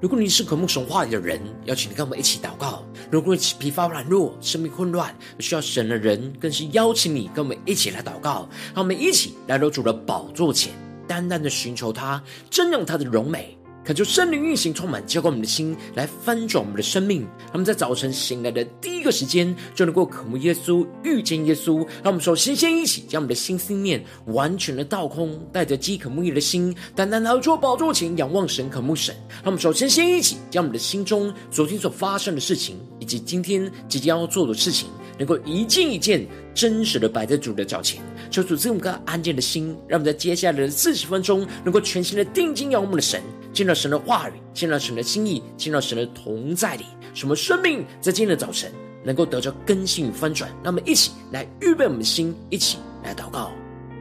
如果你是渴慕神话语的人，邀请你跟我们一起祷告。如果你是疲乏软弱、生命混乱需要神的人，更是邀请你跟我们一起来祷告。让我们一起来到主的宝座前，单单的寻求他，瞻仰他的荣美，恳求圣灵运行充满，浇灌我们的心，来翻转我们的生命。让我们在早晨醒来的第一个时间，就能够渴慕耶稣，遇见耶稣。让我们首先一起将我们的心思念完全的倒空，带着饥渴慕义的心，单单来到宝座前仰望神，渴慕神。让我们首先一起将我们的心中昨天所发生的事情，以及今天即将要做的事情，能够一件一件真实的摆在主的脚前，求主赐我们个安静的心，让我们在接下来的40分钟能够全心的定睛仰望我们的神，见到神的话语，见到神的心意，见到神的同在里，使我们生命在今天的早晨能够得着更新与翻转。让我们一起来预备我们的心，一起来祷告。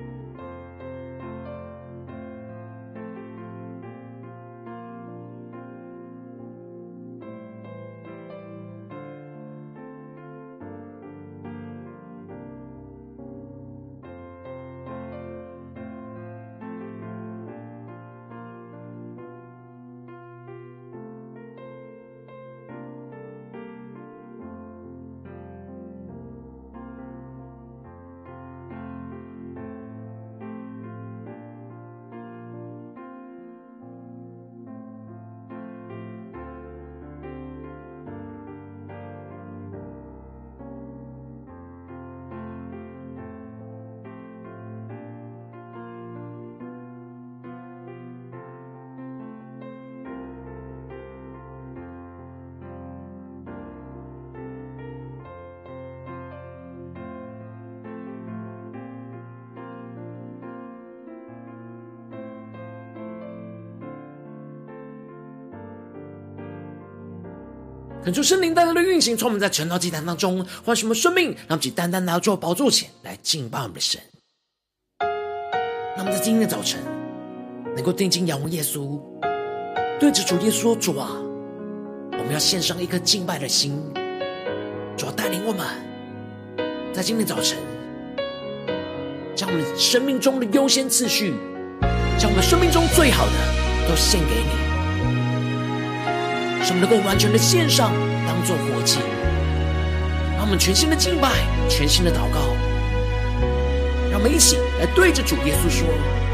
恳求圣灵单单的运行，从我们在晨祷祭坛当中唤醒我们生命，让我们一起单单来到主的宝座前来敬拜我们的神。让我们在今天的早晨能够定睛仰望耶稣，对着主耶稣说：主啊，我们要献上一颗敬拜的心。主要带领我们在今天早晨将我们生命中的优先次序，将我们生命中最好的都献给你，使我们能够完全的献上，当作活祭。让我们全心的敬拜，全心的祷告。让我们一起来对着主耶稣说：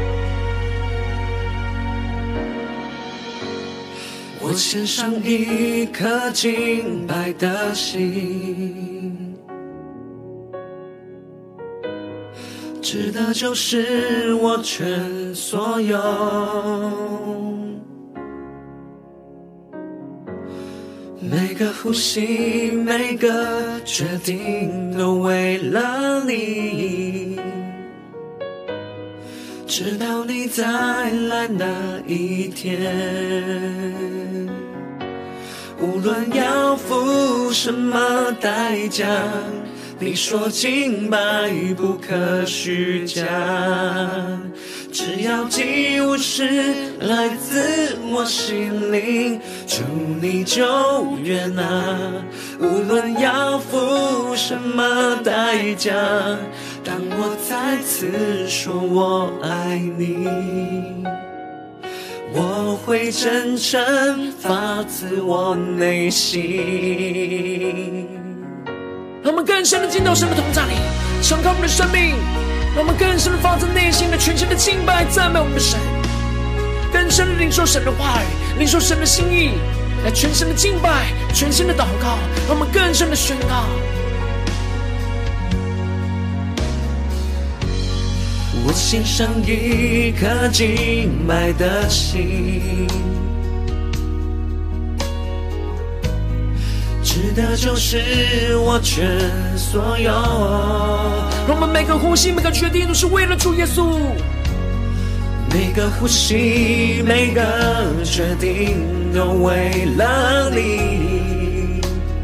我献上一颗敬拜的心，指的就是我全所有。每个呼吸，每个决定，都为了你。直到你再来那一天，无论要付什么代价，你说敬拜不可虚假，只要祭物是来自我心灵，主你就悦纳。无论要付什么代价，当我再次说我爱你，我会真诚发自我内心。 让我们更深的进到神的同在里，敞开我们的生命，让我们更深的发自内心的全心的敬拜赞美我们的神，更深的领受神的话语，领受神的心意，来全心的敬拜，全心的祷告。让我们更深的宣告： 我献上一颗敬拜的心，指的就是我全所有。 让我们每个呼吸，每个决定，都是为了主耶稣。 每个呼吸，每个决定，都为了你。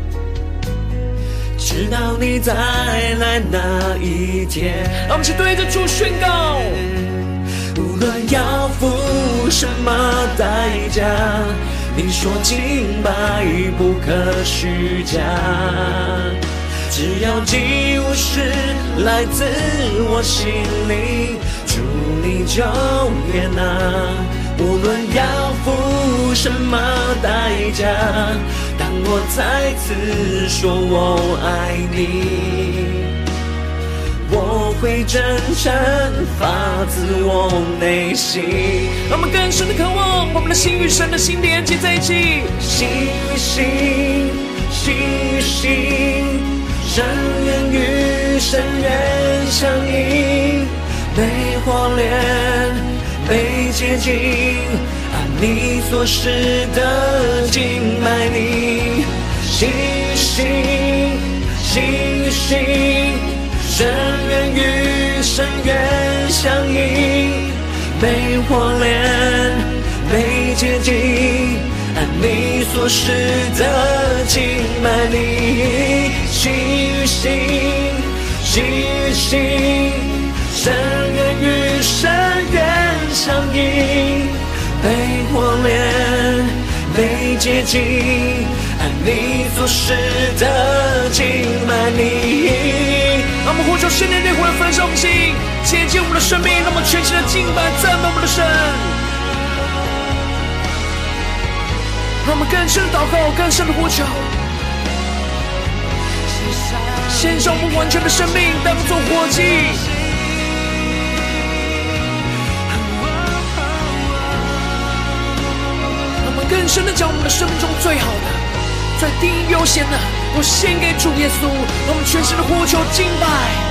直到你再来那一天， 让我们一起对着主宣告： 无论要付什么代价，你说敬拜不可虚假，只要祭物是来自我心灵，主你就悦纳。无论要付什么代价？当我再次说我爱你，我会真诚发自我内心。 让我们更深的渴望，我们的心与神的心连接在一起， 心与心，心与心，深渊与深渊相映，被火炼，被洁净，按你所示的敬拜你。心与心，心与心，深渊与深渊相映，被火炼，被洁净，按你所示的敬拜你。心与心，心与心，深渊与深渊相映，被火炼，被洁净，按你所示的敬拜你。 让我们呼求圣灵烈火的焚烧我们心，洁净我们的生命，让我们全心的敬拜赞美我们的神。让我们更深的祷告，更深的呼求，献上我们完全的生命当作活祭。让我们更深的将我们的生命中最好的、最第一优先的都献给主耶稣，让我们全心的呼求敬拜。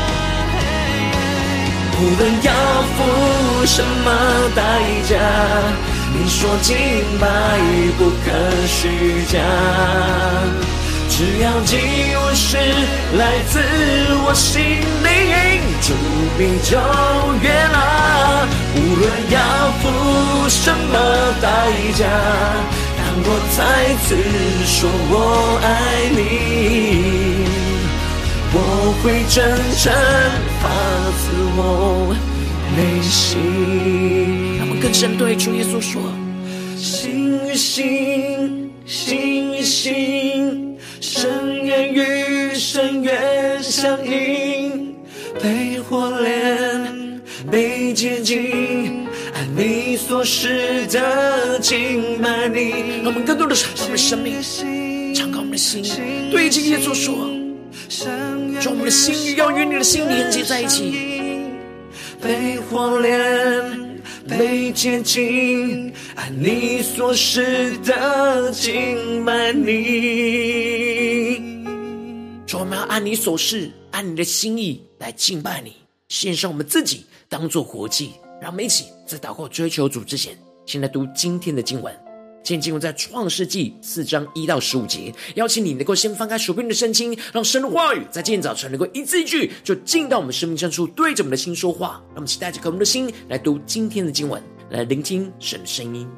无论要付什么代价，你说敬拜不可虚假，只要敬畏是来自我心灵，主必就悦纳。无论要付什么代价，当我再次说我爱你，我会真诚发自我内心。 让我们更深对主耶稣说， 心与心，心与心，深渊与深渊相映，被火炼，被洁净，按你所示的敬拜你。 让我们更多的敞开我们的生命，敞开我们的心，对着耶稣说，让我们的心要与你的心连接在一起， 被火炼，被洁净，按你所示的敬拜你。 主，我们要按你所示，按你的心意来敬拜你，献上我们自己当作活祭。让我们一起在祷告追求主之前，先来读今天的经文。今天经文在创世纪4章1到15节，邀请你能够先翻开手边的圣经，让神的话语在今天早晨能够一字一句就进到我们生命深处，对着我们的心说话。让我们期待着渴慕的心来读今天的经文，来聆听神的声音。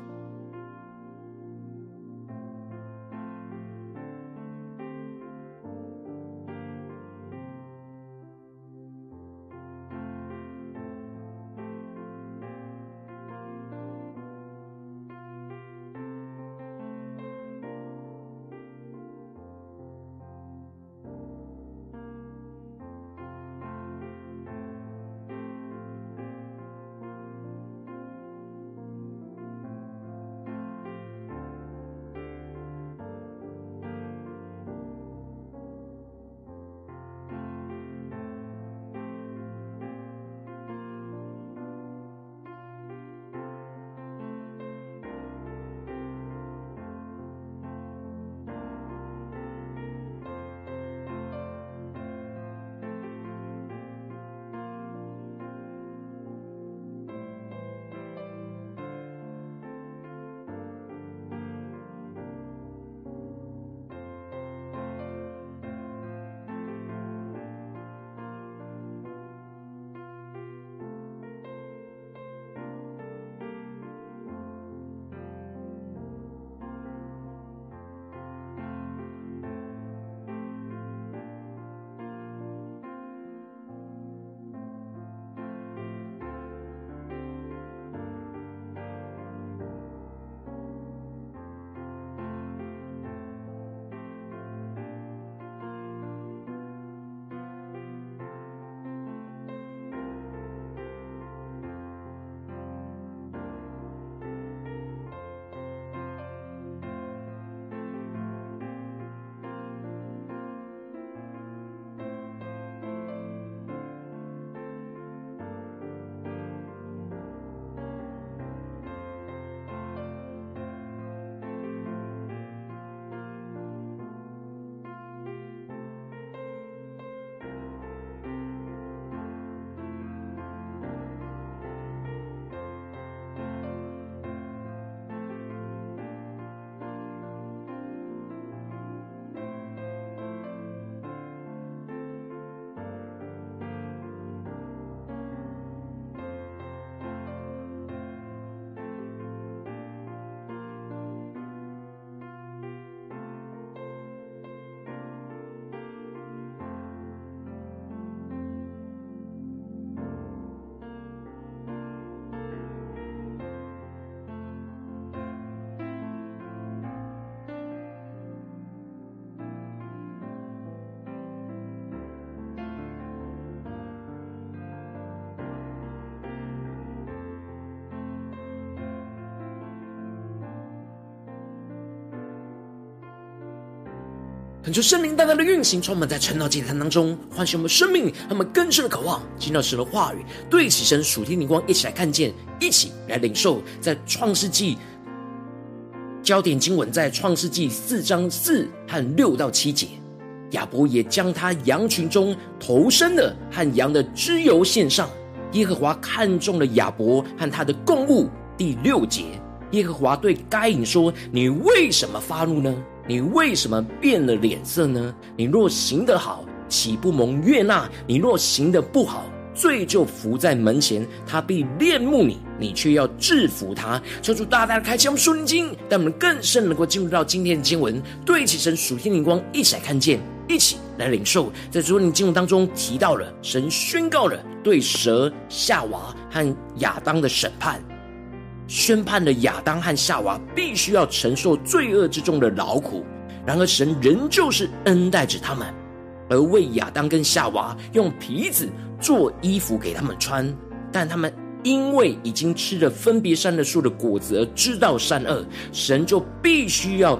恳求圣灵大大的运行，充满在晨祷祭坛当中，唤醒我们生命，让我们更深的渴望听到神的话语，对齐神属天灵光，一起来看见，一起来领受。在创世纪焦点经文在创世纪4章4和6到7节，亚伯也将他羊群中头生的和羊的脂油献上。耶和华看中了亚伯和他的供物。第6节，耶和华对该隐说：你为什么发怒呢？你为什么变了脸色呢？你若行得好，岂不蒙悦纳？你若行得不好，罪就伏在门前，他必恋慕你，你却要制服他。求主大大的开启我们属灵经，让我们更深能够进入到今天的经文，对齐神属天灵光，一起来看见，一起来领受。在主灵经文当中提到了神宣告了对蛇、夏娃和亚当的审判，宣判了亚当和夏娃必须要承受罪恶之中的劳苦。然而神仍旧是恩待着他们，而为亚当跟夏娃用皮子做衣服给他们穿，但他们因为已经吃了分别善恶树的果子而知道善恶，神就必须要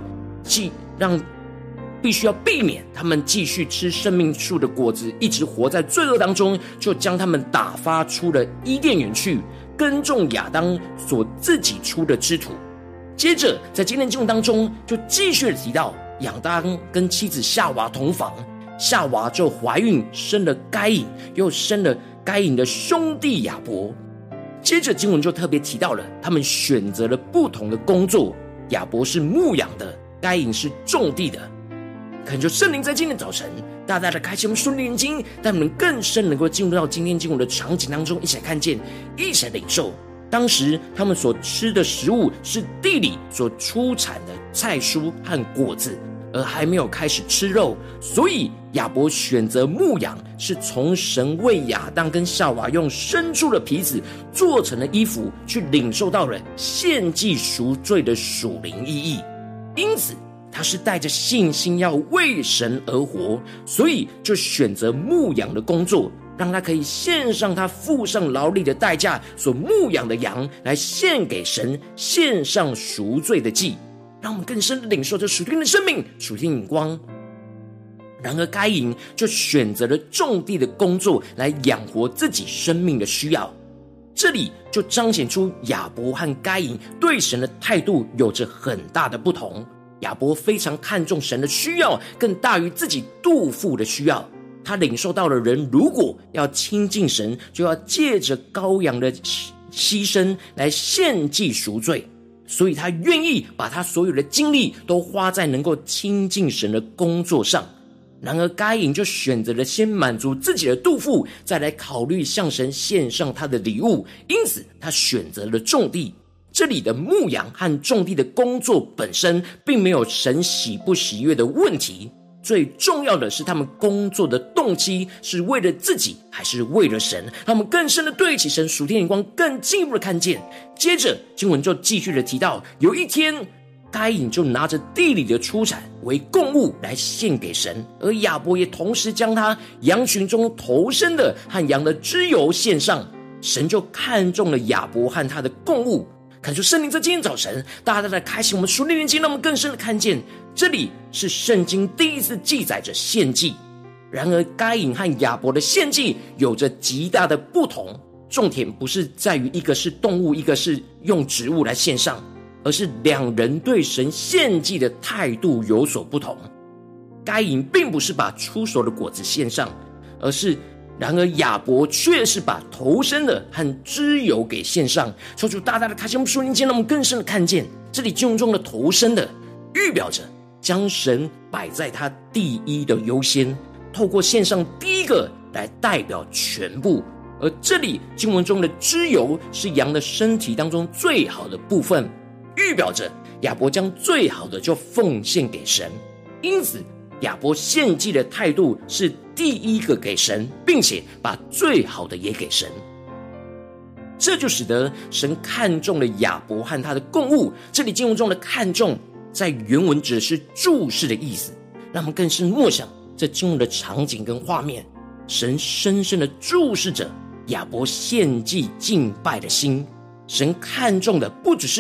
避免他们继续吃生命树的果子，一直活在罪恶当中，就将他们打发出了伊甸园去，耕种亚当所自己出的之土。接着在今天经文当中就继续的提到，亚当跟妻子夏娃同房，夏娃就怀孕生了该隐，又生了该隐的兄弟亚伯。接着经文就特别提到了他们选择了不同的工作，亚伯是牧养的，该隐是种地的。恳求圣灵在今天早晨大大的开启我们属灵眼睛，让我们更深能够进入到今天经文的场景当中，一起来看见，一起来领受。当时他们所吃的食物是地里所出产的菜蔬和果子，而还没有开始吃肉，所以亚伯选择牧养，是从神为亚当跟夏娃用牲畜的皮子做成的衣服，去领受到了献祭赎罪的属灵意义。因此他是带着信心要为神而活，所以就选择牧养的工作，让他可以献上他付上劳力的代价所牧养的羊来献给神，献上赎罪的祭，让我们更深的领受这属天的生命、属天眼光。然而该隐就选择了种地的工作来养活自己生命的需要，这里就彰显出亚伯和该隐对神的态度有着很大的不同。亚伯非常看重神的需要，更大于自己肚腹的需要。他领受到了人如果要亲近神，就要借着羔羊的牺牲来献祭赎罪，所以他愿意把他所有的精力都花在能够亲近神的工作上。然而该隐就选择了先满足自己的肚腹，再来考虑向神献上他的礼物，因此他选择了种地。这里的牧养和种地的工作本身并没有神喜不喜悦的问题，最重要的是他们工作的动机是为了自己还是为了神，让我们更深的对齐神属天眼光，更进一步的看见。接着经文就继续的提到，有一天该隐就拿着地里的出产为供物来献给神，而亚伯也同时将他羊群中头生的和羊的脂油献上。神就看中了亚伯和他的供物。恳求圣灵在今天早晨大大的开启我们属灵眼睛，让我们更深的看见，这里是圣经第一次记载着献祭。然而该隐和亚伯的献祭有着极大的不同，重点不是在于一个是动物，一个是用植物来献上，而是两人对神献祭的态度有所不同。该隐并不是把出熟的果子献上，然而亚伯却是把头生的和脂油给献上。求主大大的开启我们属灵眼，让我们更深的看见，这里经文中的头生的预表着将神摆在他第一的优先，透过献上第一个来代表全部。而这里经文中的脂油是羊的身体当中最好的部分，预表着亚伯将最好的就奉献给神。因此亚伯献祭的态度是第一个给神，并且把最好的也给神。这就使得神看中了亚伯和他的供物。这里经文中的看重在原文指的是注视的意思，让我们更深默想这经文的场景跟画面。神深深的注视着亚伯献祭敬拜的心，神看重的不只是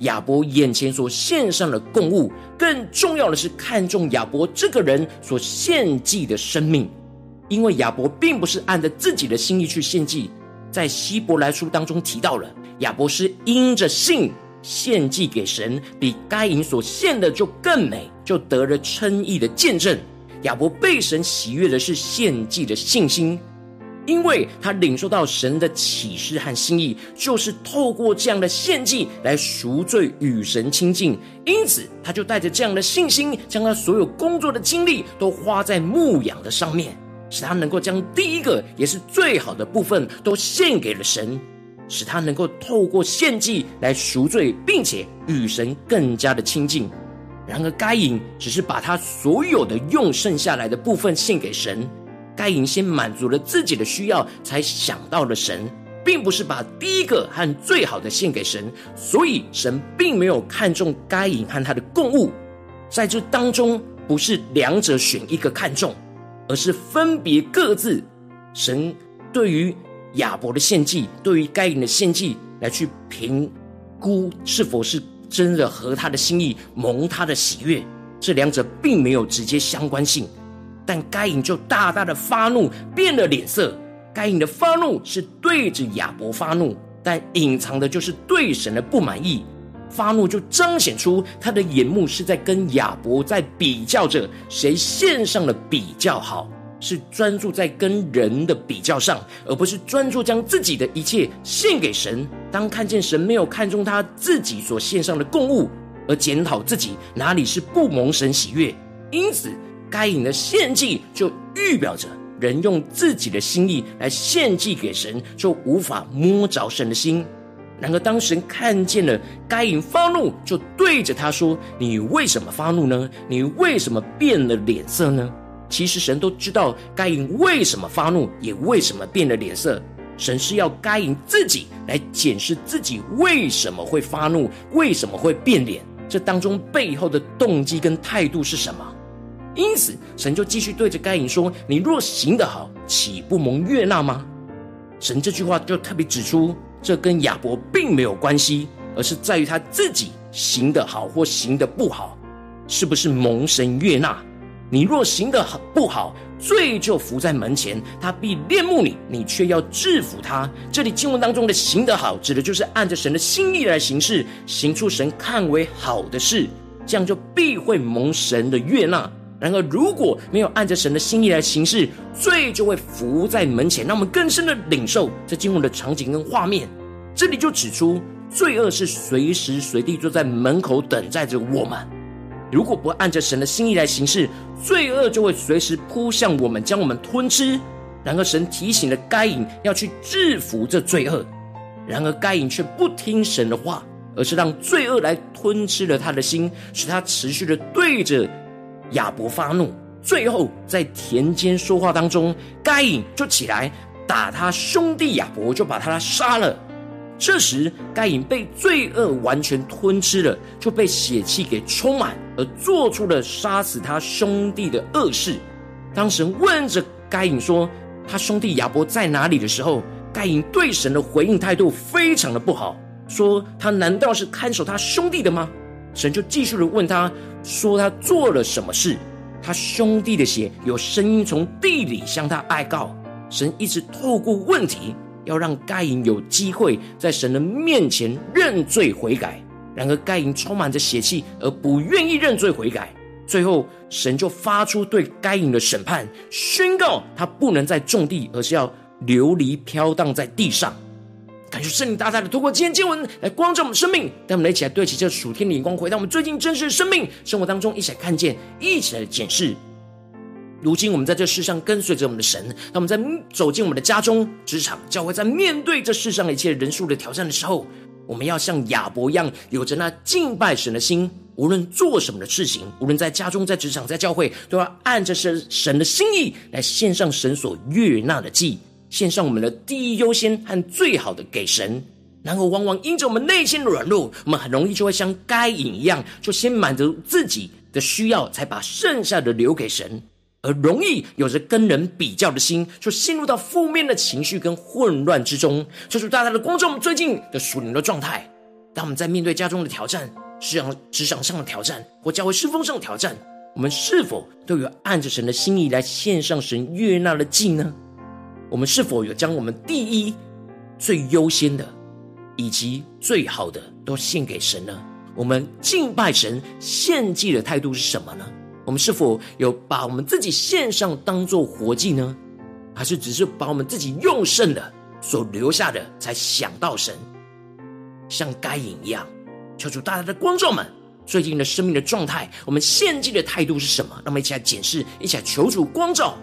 亚伯眼前所献上的供物，更重要的是看重亚伯这个人所献祭的生命。因为亚伯并不是按着自己的心意去献祭，在希伯来书当中提到了，亚伯是因着信献祭给神，比该隐所献的就更美，就得了称义的见证。亚伯被神喜悦的是献祭的信心，因为他领受到神的启示和心意，就是透过这样的献祭来赎罪与神亲近。因此他就带着这样的信心，将他所有工作的精力都花在牧养的上面，使他能够将第一个也是最好的部分都献给了神，使他能够透过献祭来赎罪，并且与神更加的亲近。然而该隐只是把他所有的用剩下来的部分献给神，该隐先满足了自己的需要，才想到了神，并不是把第一个和最好的献给神，所以神并没有看重该隐和他的供物。在这当中，不是两者选一个看重，而是分别各自，神对于亚伯的献祭，对于该隐的献祭来去评估是否是真的合他的心意，蒙他的喜悦。这两者并没有直接相关性，但该隐就大大的发怒，变了脸色。该隐的发怒是对着亚伯发怒，但隐藏的就是对神的不满意。发怒就彰显出他的眼目是在跟亚伯在比较着谁献上的比较好，是专注在跟人的比较上，而不是专注将自己的一切献给神。当看见神没有看重他自己所献上的供物，而检讨自己哪里是不蒙神喜悦，因此该隐的献祭就预表着人用自己的心意来献祭给神，就无法摸着神的心。然而当神看见了该隐发怒，就对着他说，你为什么发怒呢？你为什么变了脸色呢？其实神都知道该隐为什么发怒，也为什么变了脸色。神是要该隐自己来检视自己为什么会发怒，为什么会变脸，这当中背后的动机跟态度是什么。因此神就继续对着该隐说，你若行得好，岂不蒙悦纳吗？神这句话就特别指出，这跟亚伯并没有关系，而是在于他自己行得好或行得不好，是不是蒙神悦纳。你若行得不好，罪就伏在门前，他必恋慕你，你却要制服他。这里经文当中的行得好，指的就是按着神的心意来行事，行出神看为好的事，这样就必会蒙神的悦纳。然而如果没有按着神的心意来行事，罪就会伏在门前。让我们更深的领受这经文的场景跟画面。这里就指出，罪恶是随时随地坐在门口等待着我们，如果不按着神的心意来行事，罪恶就会随时扑向我们，将我们吞吃。然而神提醒了该隐要去制服这罪恶，然而该隐却不听神的话，而是让罪恶来吞吃了他的心，使他持续的对着亚伯发怒。最后在田间说话当中，该隐就起来打他兄弟亚伯，就把他杀了。这时该隐被罪恶完全吞吃了，就被血气给充满，而做出了杀死他兄弟的恶事。当神问着该隐说他兄弟亚伯在哪里的时候，该隐对神的回应态度非常的不好，说他难道是看守他兄弟的吗？神就继续的问他说他做了什么事。他兄弟的血有声音从地里向他哀告。神一直透过问题要让该隐有机会在神的面前认罪悔改，然而该隐充满着血气而不愿意认罪悔改。最后神就发出对该隐的审判，宣告他不能再种地，而是要流离飘荡在地上。感谢圣灵大大的透过今天经文来光照我们生命，带我们一起来对齐这属天的眼光，回到我们最近真实的生命生活当中，一起来看见，一起来检视。如今我们在这世上跟随着我们的神，当我们在走进我们的家中、职场、教会，在面对这世上一切人数的挑战的时候，我们要像亚伯一样，有着那敬拜神的心。无论做什么的事情，无论在家中、在职场、在教会，都要按着神的心意来献上神所悦纳的祭，献上我们的第一优先和最好的给神。然而往往因着我们内心的软弱，我们很容易就会像该隐一样，就先满足自己的需要，才把剩下的留给神，而容易有着跟人比较的心，就陷入到负面的情绪跟混乱之中。求主大大的光照我们最近的属灵的状态， 当我们在面对家中的挑战、职场上的挑战或教会侍奉上的挑战，我们是否都有按着神的心意来献上神悦纳的祭呢？我们是否有将我们第一、最优先的以及最好的都献给神呢？我们敬拜神献祭的态度是什么呢？我们是否有把我们自己献上当作活祭呢？还是只是把我们自己用剩的所留下的才想到神，像该隐一样？求主大家的光照们最近的生命的状态，我们献祭的态度是什么？让我们一起来检视，一起来求主光照。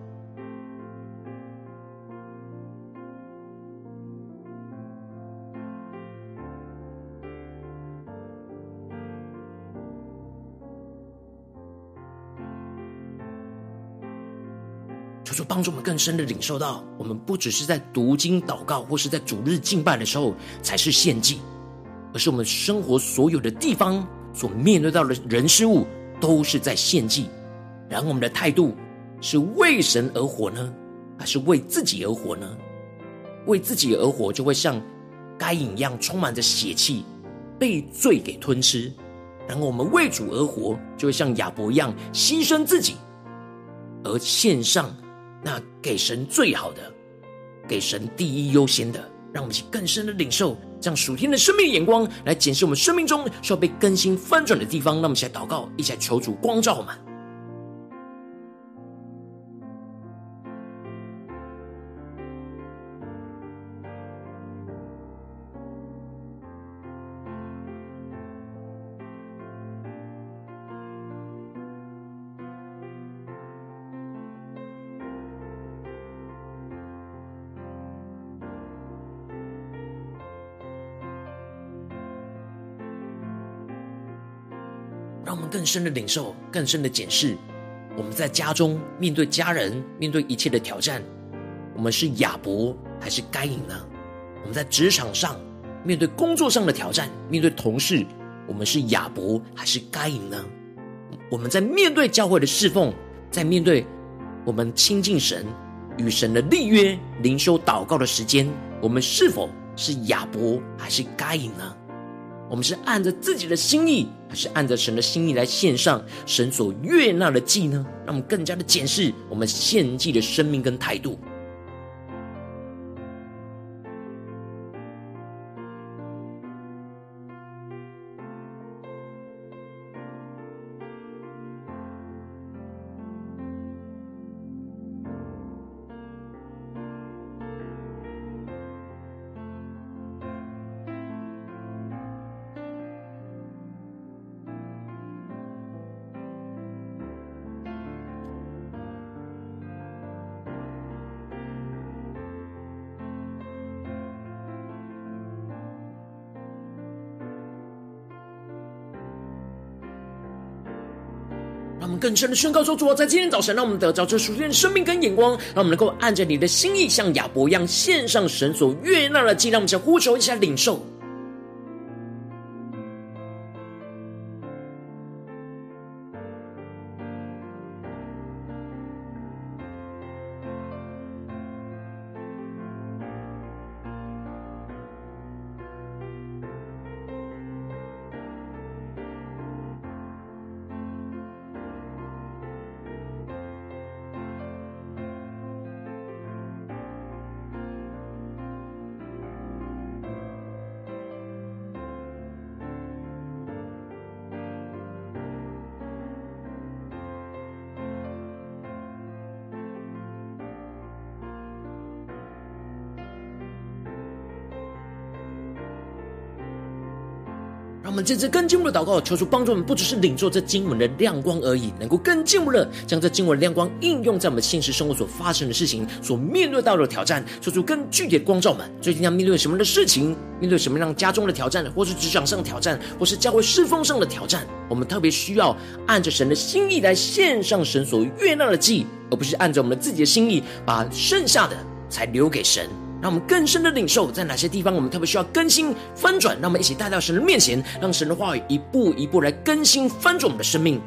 求主帮助我们更深的领受到，我们不只是在读经祷告或是在主日敬拜的时候才是献祭，而是我们生活所有的地方所面对到的人事物都是在献祭。然后我们的态度是为神而活呢，还是为自己而活呢？为自己而活就会像该隐一样充满着血气，被罪给吞吃。然后我们为主而活就会像亚伯一样牺牲自己，而献上那给神最好的，给神第一优先的。让我们一起更深的领受这样属天的生命眼光，来检视我们生命中需要被更新翻转的地方。让我们一起来祷告，一起来求主光照我们。让我们更深的领受，更深的检视，我们在家中面对家人，面对一切的挑战，我们是亚伯还是该隐呢？我们在职场上面对工作上的挑战，面对同事，我们是亚伯还是该隐呢？我们在面对教会的侍奉，在面对我们亲近神与神的立约灵修祷告的时间，我们是否是亚伯还是该隐呢？我们是按着自己的心意，还是按着神的心意来献上神所悦纳的祭呢？让我们更加的检视我们献祭的生命跟态度。让我们更深的宣告说，主啊，在今天早晨，让我们得着这属天的生命跟眼光，让我们能够按着你的心意，像亚伯一样献上神所悦纳的祭。让我们想呼求一下领受。让我们这次更进一步的祷告，求主帮助我们，不只是领受这经文的亮光而已，能够更进一步的将这经文的亮光应用在我们现实生活所发生的事情，所面对到的挑战。求主更具体的光照我们，最近要面对什么样的事情，面对什么样家中的挑战，或是职场上的挑战，或是教会侍奉上的挑战，我们特别需要按着神的心意来献上神所悦纳的祭，而不是按照我们自己的心意把剩下的才留给神。让我们更深的领受，在哪些地方我们特别需要更新翻转，让我们一起带到神的面前，让神的话语一步一步来更新翻转我们的生命。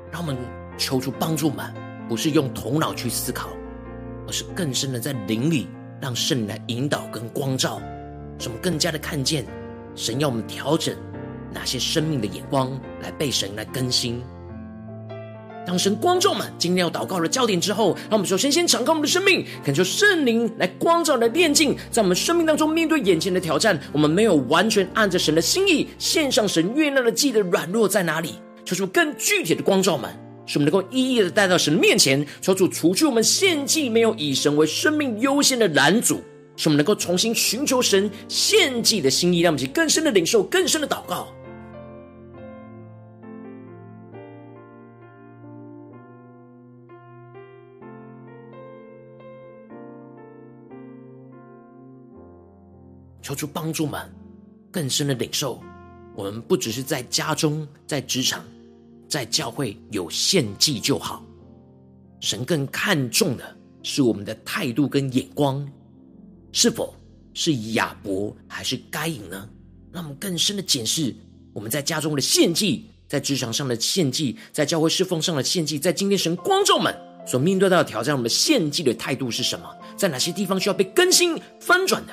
让我们求主帮助我们，不是用头脑去思考，而是更深的在灵里，让圣灵来引导跟光照，使我们更加的看见神要我们调整哪些生命的眼光，来被神来更新。当神光照们今天要祷告的焦点之后，让我们首先敞开我们的生命，恳求圣灵来光照来炼净，在我们生命当中面对眼前的挑战，我们没有完全按着神的心意献上神悦纳的祭的软弱在哪里，求主更具体的光照们，使我们能够一一的带到神的面前，求主除去我们献祭没有以神为生命优先的拦阻，使我们能够重新寻求神献祭的心意，让我们去更深的领受，更深的祷告。求主帮助们更深的领受，我们不只是在家中、在职场、在教会有献祭就好，神更看重的是我们的态度跟眼光，是否是亚伯还是该隐呢？让我们更深的检视我们在家中的献祭，在职场上的献祭，在教会侍奉上的献祭，在今天神光照们所面对到的挑战，我们献祭的态度是什么？在哪些地方需要被更新翻转的？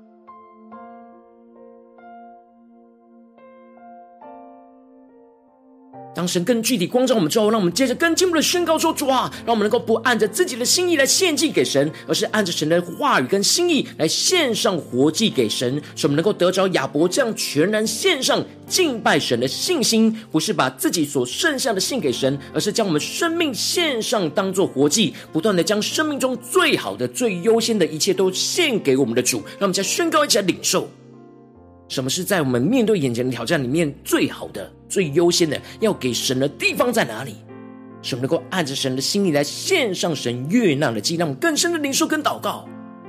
当神更具体光照我们之后，让我们接着更进一步的宣告说，主啊，让我们能够不按着自己的心意来献祭给神，而是按着神的话语跟心意来献上活祭给神，使我们能够得着亚伯这样全然献上敬拜神的信心，不是把自己所剩下的献给神，而是将我们生命献上当作活祭，不断的将生命中最好的最优先的一切都献给我们的主。让我们再宣告，一起来领受什么是在我们面对眼前的挑战里面最好的最优先的要给神的地方在哪里，使我们能够按着神的心意来献上神悦纳的祭，让我们更深的领受跟祷告。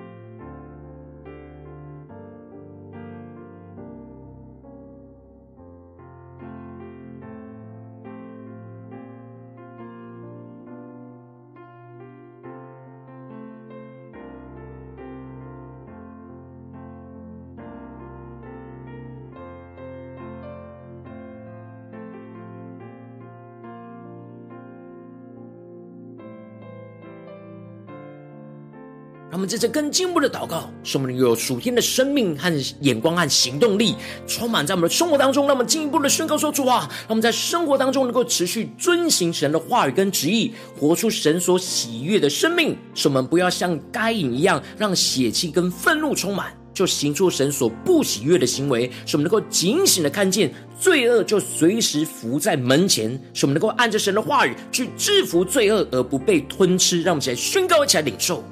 让我们在这更进一步的祷告，使我们有属天的生命和眼光和行动力充满在我们的生活当中。让我们进一步的宣告说，主啊，让我们在生活当中能够持续遵行神的话语跟旨意，活出神所喜悦的生命，使我们不要像该隐一样让血气跟愤怒充满，就行出神所不喜悦的行为，使我们能够警醒的看见罪恶就随时伏在门前，使我们能够按着神的话语去制服罪恶而不被吞吃。让我们一起来宣告，一起来领受，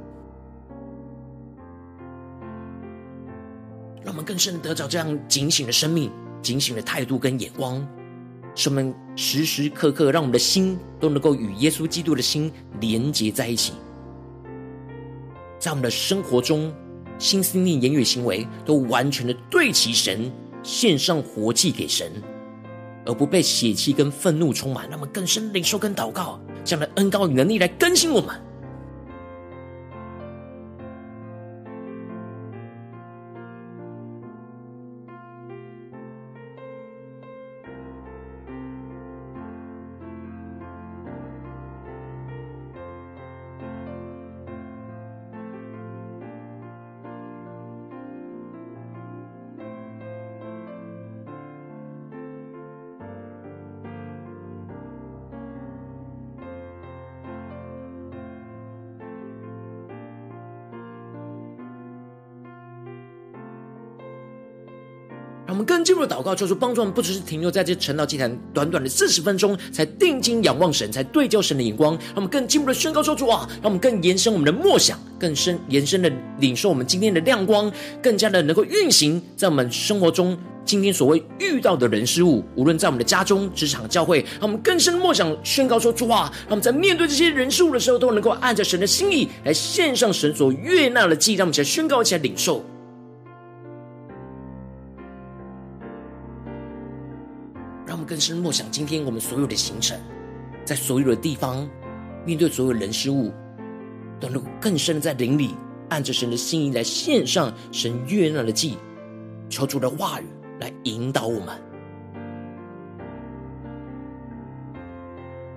让我们更深的得着这样警醒的生命、警醒的态度跟眼光，使我们时时刻刻让我们的心都能够与耶稣基督的心连结在一起，在我们的生活中心思念言语行为都完全的对齐神，献上活祭给神，而不被血气跟愤怒充满。让我们更深领受跟祷告，这样的恩膏与能力来更新我们。让我们更进一步的祷告，求主帮助我们，不只是停留在这晨祷祭坛短短的40分钟，才定睛仰望神，才对焦神的眼光。让我们更进一步的宣告说，主啊，让我们更延伸我们的默想，更深延伸的领受我们今天的亮光，更加的能够运行在我们生活中今天所谓遇到的人事物，无论在我们的家中、职场、教会，让我们更深默想宣告说，主啊，让我们在面对这些人事物的时候，都能够按着神的心意来献上神所悦纳的祭。让我们一起来宣告，一起来领受。让我们更深默想今天我们所有的行程，在所有的地方面对所有人事物，都能够更深的在灵里按着神的心意来献上神悦纳的祭，求主的话语来引导我们。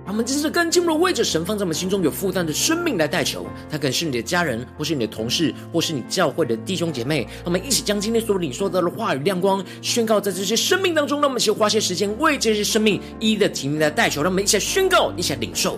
让我们这次更进一步的为着神放在我们心中有负担的生命来代求，他可能是你的家人，或是你的同事，或是你教会的弟兄姐妹。让我们一起将今天所领受到的话语亮光宣告在这些生命当中，让我们一起花些时间为这些生命一一的提名来代求，让我们一起来宣告，一起来领受。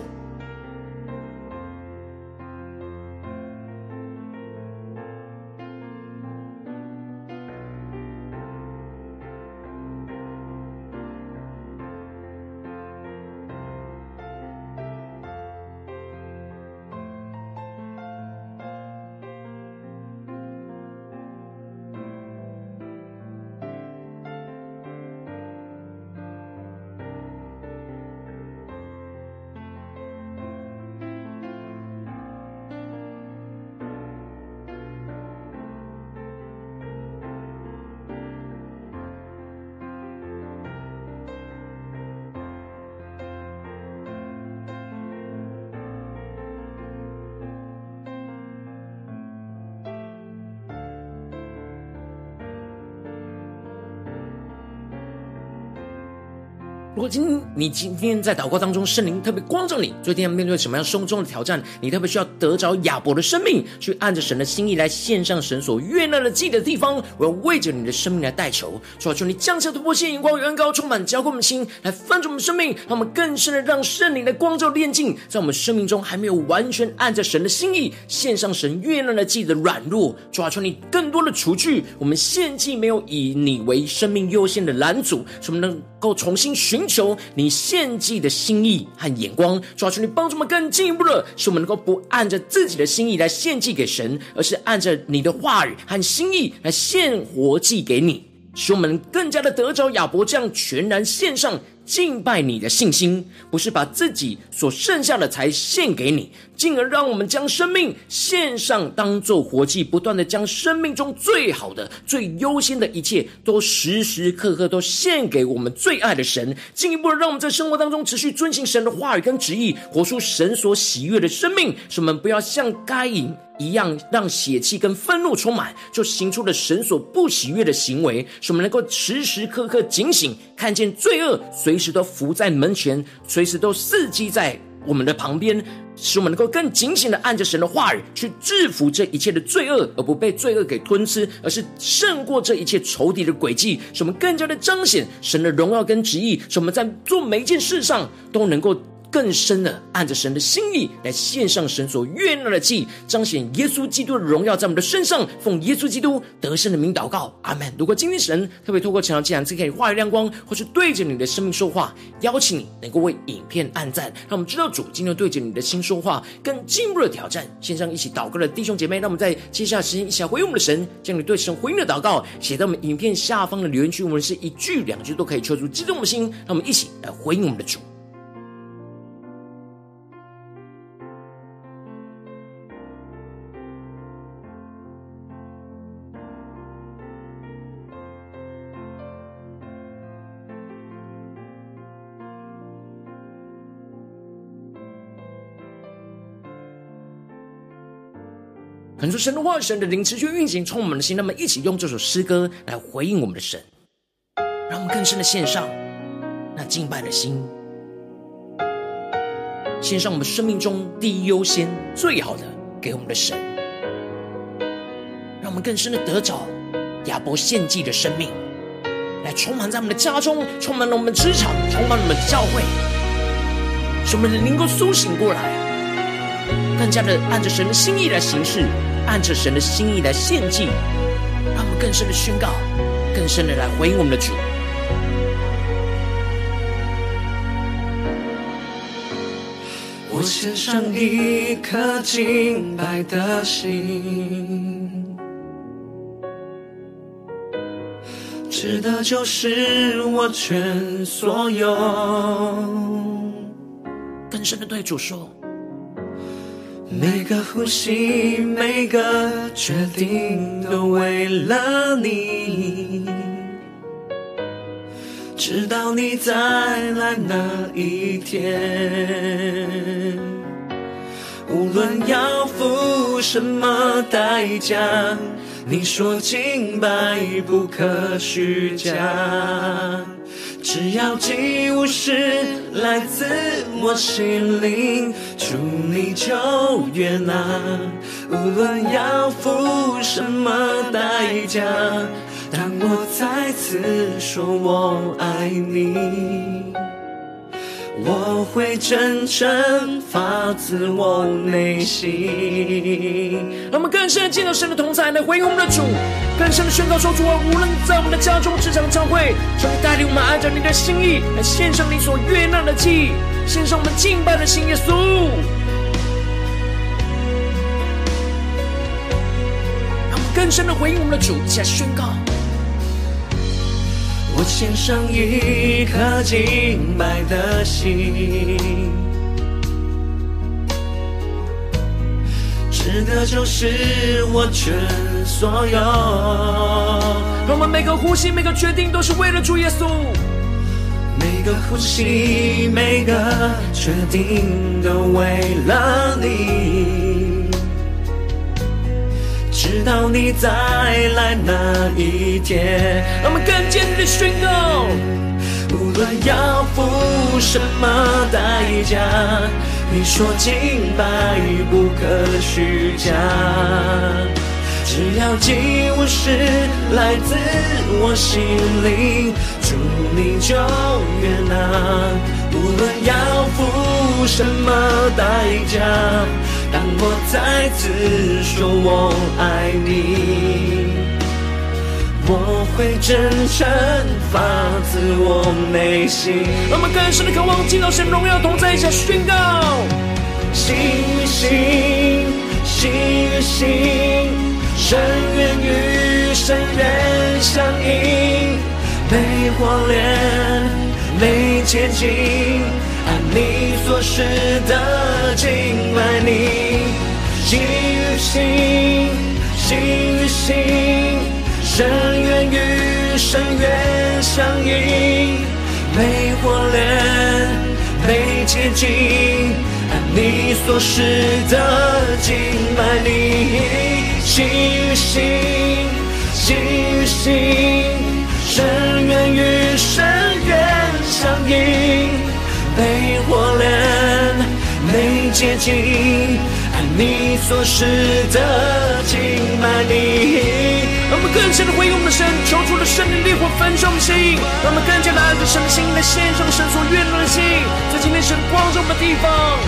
如果你今天在祷告当中，圣灵特别光照你，最近要面对什么样生中的挑战，你特别需要得着亚伯的生命，去按着神的心意来献上神所悦纳的祭的地方，我要为着你的生命来代求，求你降下突破性眼光与恩膏，充满浇灌我们的心，来翻转我们生命，让我们更深的让圣灵的光照炼净，在我们生命中还没有完全按着神的心意献上神悦纳的祭的软弱，求你更多的除去我们献祭没有以你为生命优先的拦阻，使我们能够重新寻求你献祭的心意和眼光，求你帮助我们更进一步的，使我们能够不按着自己的心意来献祭给神，而是按着你的话语和心意来献活祭给你，使我们更加的得着亚伯这样全然献上敬拜你的信心，不是把自己所剩下的才献给你，进而让我们将生命献上当作活祭，不断的将生命中最好的最优先的一切都时时刻刻都献给我们最爱的神，进一步的让我们在生活当中持续遵行神的话语跟旨意，活出神所喜悦的生命，使我们不要像该隐一样让血气跟愤怒充满，就行出了神所不喜悦的行为，使我们能够时时刻刻警醒，看见罪恶随时都伏在门前，随时都伺机在我们的旁边，使我们能够更警醒的按着神的话语去制服这一切的罪恶，而不被罪恶给吞吃，而是胜过这一切仇敌的诡计，使我们更加的彰显神的荣耀跟旨意，使我们在做每一件事上都能够更深的按着神的心意来献上神所悦纳的祭，彰显耶稣基督的荣耀在我们的身上，奉耶稣基督得胜的名祷告，阿们。如果今天神特别透过晨祷祭坛赐给你话语亮光，或是对着你的生命说话，邀请你能够为影片按赞，让我们知道主今天对着你的心说话，更进一步的挑战线上一起祷告的弟兄姐妹，让我们在接下来时间一起来回应我们的神，将你对神回应的祷告写在我们影片下方的留言区，我们是一句两句都可以戳出激动的心，让我们一起来回应我们的主。恳求神的话语，神的灵持续运行，充满我们的心。让我们一起用这首诗歌来回应我们的神，让我们更深的献上那敬拜的心，献上我们生命中第一优先最好的给我们的神，让我们更深的得着亚伯献祭的生命，来充满在我们的家中，充满了我们的职场，充满了我们的教会，使我们能够苏醒过来，更加的按着神的心意来行事，按着神的心意来献祭，让我们更深的宣告，更深的来回应我们的主。 我献上一颗敬拜的心，值得就是我全所有。 更深的对主说， 每个呼吸，每个决定，都为了你，直到你再来那一天。无论要付什么代价，你说敬拜不可虚假， 只要祭物是来自我心灵，主你就悦纳，无论要付什么代价。当我再次说我爱你，我会真正发自我内心。 让我们更深地见到神的同在，来回应我们的主，更深的宣告说：主啊，无论在我们的家中、职场、教会，求你带领我们按照你的心意来献上你所悦纳的祭，献上我们敬拜的心，耶稣。让我们更深的回应我们的主，一起来宣告。 我献上一颗敬拜的心，这个就是我全所有。 让我们每个呼吸、每个决定都是为了主耶稣， 每个呼吸、每个决定都为了你，直到你再来那一天。 让我们更坚定的宣告， 无论要付什么代价，你说敬拜不可虚假。只要祭物是来自我心灵，主你就悦纳，无论要付什么代价。当我再次说我爱你，我会真正发自我内心。 让我们更深的渴望进到神荣耀同在一起宣告， 心与心，心与心，深渊与深渊相映，被火炼，被洁净，按你所示的敬拜你。心与心，心与心，深渊与深渊相映，被火炼，被洁净，按你所示的敬拜你。心与心，心与心，深渊与深渊相映，被火炼，被洁净，按你所示的敬拜你。 让我们更深的回应我们的神，求主的圣灵烈火焚烧我们的心，让我们更加的按着神的心来献上神所悦纳的心，在今天神光照我们的地方。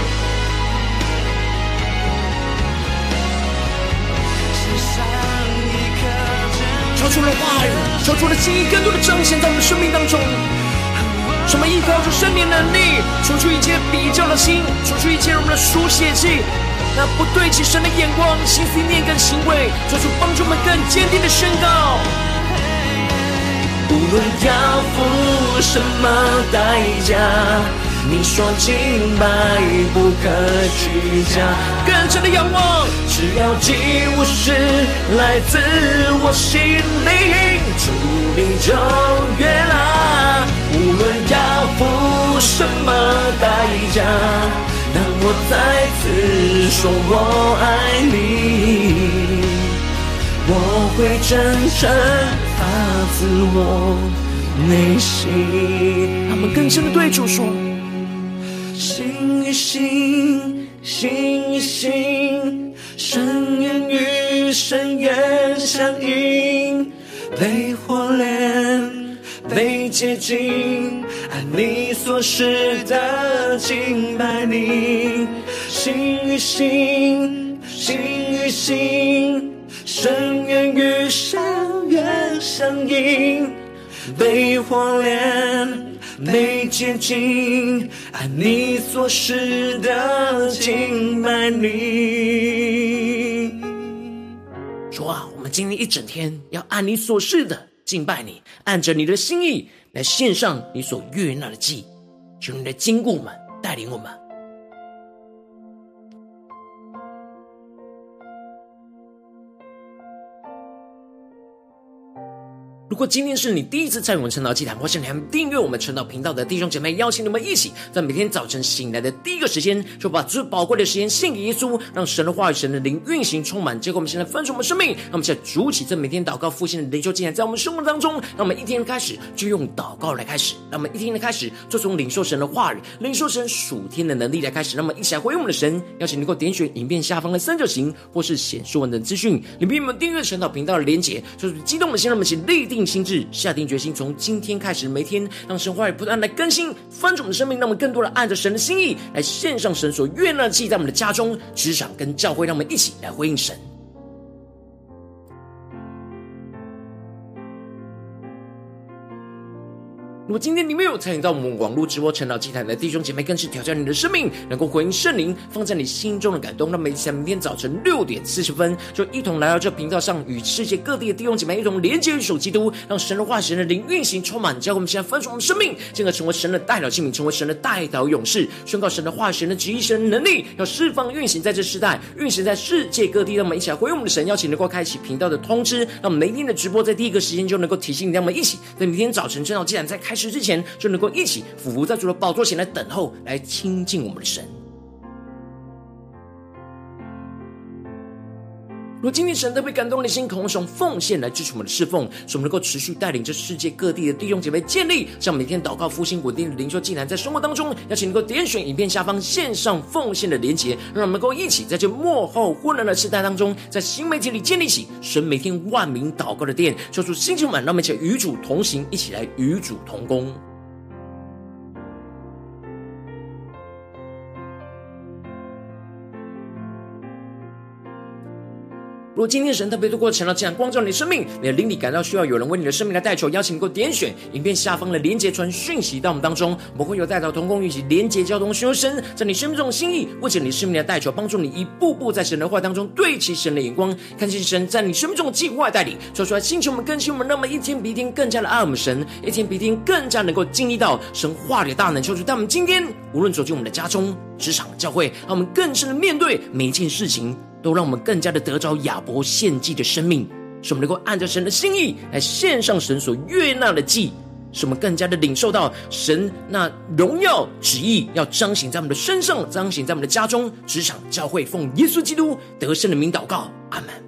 求出了话语，求出了心意，更多的彰显在我们的生命当中。什么依靠着圣灵能力，除去一切比较的心，除去一切我们的书写记，那不对齐神的眼光、心思念跟行为，求主帮助我们更坚定的宣告。 无论要付什么代价，你说敬拜不可虚假。 更深的仰望， 只要祭物是来自我心灵，主你就悦纳，无论要付什么代价。当我再次说我爱你，我会真正发自我内心。 他们更深的对主说， 心与心，心与心，深渊与深渊相映，被火炼，被洁净，按你所示的敬拜你。心与心，心与心，深渊与深渊相映，被火炼，被洁净，按你所示的敬拜你。 主啊，我们今天一整天要按你所示的敬拜你，按着你的心意来献上你所悦纳的祭，求你的经过我们，带领我们。 如果今天是你第一次参与我们晨祷祭坛，或是你还没订阅我们晨祷频道的弟兄姐妹，邀请你们一起在每天早晨醒来的第一个时间，就把最宝贵的时间献给耶稣，让神的话语、神的灵运行充满。结果我们现在分盛我们生命，让我们现在主起这每天祷告复兴的灵修祭坛，在我们生活当中，让我们一天的开始就用祷告来开始，让我们一天的开始就从领受神的话语、领受神属天的能力来开始。让我们一起来回应我们的神。邀请能够点选影片下方的三角形，或是显示文的资讯，里面有我们订阅晨祷频道的连结，就是激动的心，让我们一起立定心志，下定决心，从今天开始，每天让神话语不断来更新翻转我们的生命，让我们更多的按着神的心意来献上神所悦纳的祭，在我们的家中、职场跟教会，让我们一起来回应神。如果今天你没有参与到我们网络直播晨祷祭坛的弟兄姐妹，更是挑战你的生命，能够回应圣灵放在你心中的感动。让每天早晨6:40，就一同来到这频道上，与世界各地的弟兄姐妹一同连接与守基督，让神的话、神的灵运行充满，教会我们现在分属我们生命，进而成为神的代表器皿，成为神的代祷勇士，宣告神的话、神的旨意、神的能力，要释放运行在这世代，运行在世界各地。让我们一起来回应我们的神，邀请能够开启频道的通知，让我们每天的直播在第一个时间就能够提醒你，让我们一起在每天早晨晨祷祭坛在开始之前，就能够一起俯伏在主的宝座前来等候，来亲近我们的神。如果今天神特别感动的心，渴望用奉献来支持我们的侍奉，使我们能够持续带领这世界各地的弟兄姐妹建立像每天祷告复兴稳定的灵修祭坛，在生活当中，邀请能够点选影片下方线上奉献的连结，让我们能够一起在这末后混乱的时代当中，在新媒体里建立起神每天万名祷告的殿，求主心情满，让我们一起与主同行，一起来与主同工。如果今天神特别透过晨祷祭坛光照你的生命，你的灵里感到需要有人为你的生命来代求，邀请你能够点选影片下方的连结，传讯息到我们当中，我们会有代祷同工一起连结交通，寻求神在你生命中的心意，为着你生命的代求，帮助你一步步在神的话当中对齐神的眼光，看见神在你生命中的计划带领，说出来星球我们更新我们，让我们一天比一天更加的爱我们神，一天比一天更加能够经历到神话里的大能。求主在我们今天无论走进我们的家中、职场、教会，让我们更深的面对每一件事情，都让我们更加的得着亚伯献祭的生命，使我们能够按着神的心意来献上神所悦纳的祭，使我们更加的领受到神那荣耀旨意要彰显在我们的身上，彰显在我们的家中、职场、教会，奉耶稣基督得胜的名祷告，阿们。